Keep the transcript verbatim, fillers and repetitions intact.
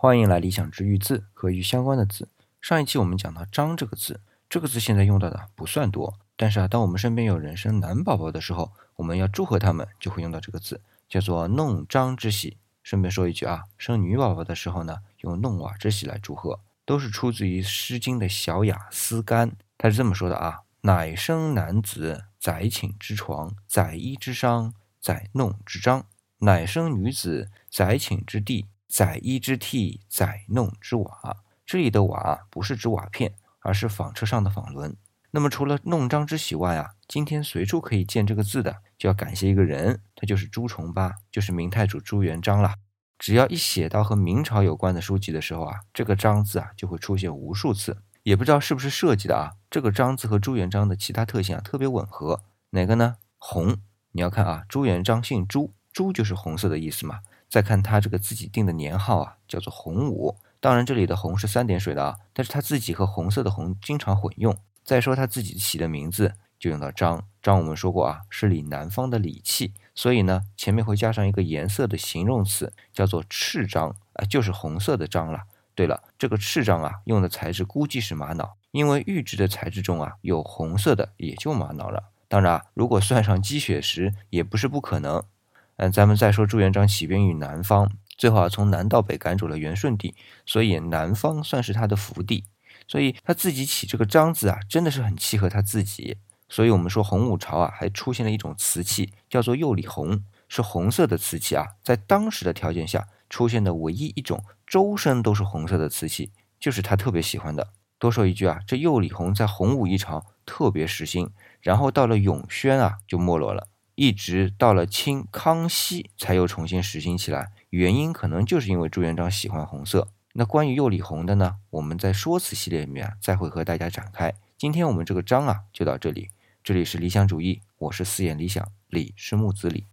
欢迎来理想之玉字和玉相关的字。上一期我们讲到章这个字，这个字现在用到的不算多，但是啊，当我们身边有人生男宝宝的时候，我们要祝贺他们就会用到这个字，叫做弄璋之喜。顺便说一句啊，生女宝宝的时候呢，用弄瓦之喜来祝贺，都是出自于《诗经》的小雅《思干》，他是这么说的啊：乃生男子，载寝之床，载衣之裳，载弄之章；乃生女子，载寝之地，载衣之屉，载弄之瓦。这里的瓦不是指瓦片，而是纺车上的纺轮。那么除了弄璋之喜外啊，今天随处可以见这个字的，就要感谢一个人，他就是朱重八，就是明太祖朱元璋了。只要一写到和明朝有关的书籍的时候啊，这个璋字啊就会出现无数次。也不知道是不是设计的啊，这个璋字和朱元璋的其他特性啊特别吻合。哪个呢？红。你要看啊，朱元璋姓朱，朱就是红色的意思嘛。再看他这个自己定的年号啊，叫做洪武。当然这里的红是三点水的啊，但是他自己和红色的红经常混用。再说他自己起的名字就用到璋，璋我们说过啊，是理南方的理器，所以呢前面会加上一个颜色的形容词，叫做赤章啊，就是红色的章了。对了，这个赤章啊用的材质估计是玛瑙，因为玉质的材质中啊有红色的也就玛瑙了。当然啊，如果算上鸡血石也不是不可能。嗯，咱们再说朱元璋起兵于南方，最后啊从南到北赶走了元顺帝，所以南方算是他的福地。所以他自己起这个章字啊，真的是很契合他自己。所以我们说洪武朝啊，还出现了一种瓷器，叫做釉里红，是红色的瓷器啊。在当时的条件下，出现的唯一一种周身都是红色的瓷器，就是他特别喜欢的。多说一句啊，这釉里红在洪武一朝特别时兴，然后到了永宣啊就没落了，一直到了清康熙才又重新实行起来。原因可能就是因为朱元璋喜欢红色。那关于釉里红的呢，我们在说辞系列里面啊，再会和大家展开。今天我们这个章啊，就到这里。这里是理想主义，我是四眼理想，理是木子李。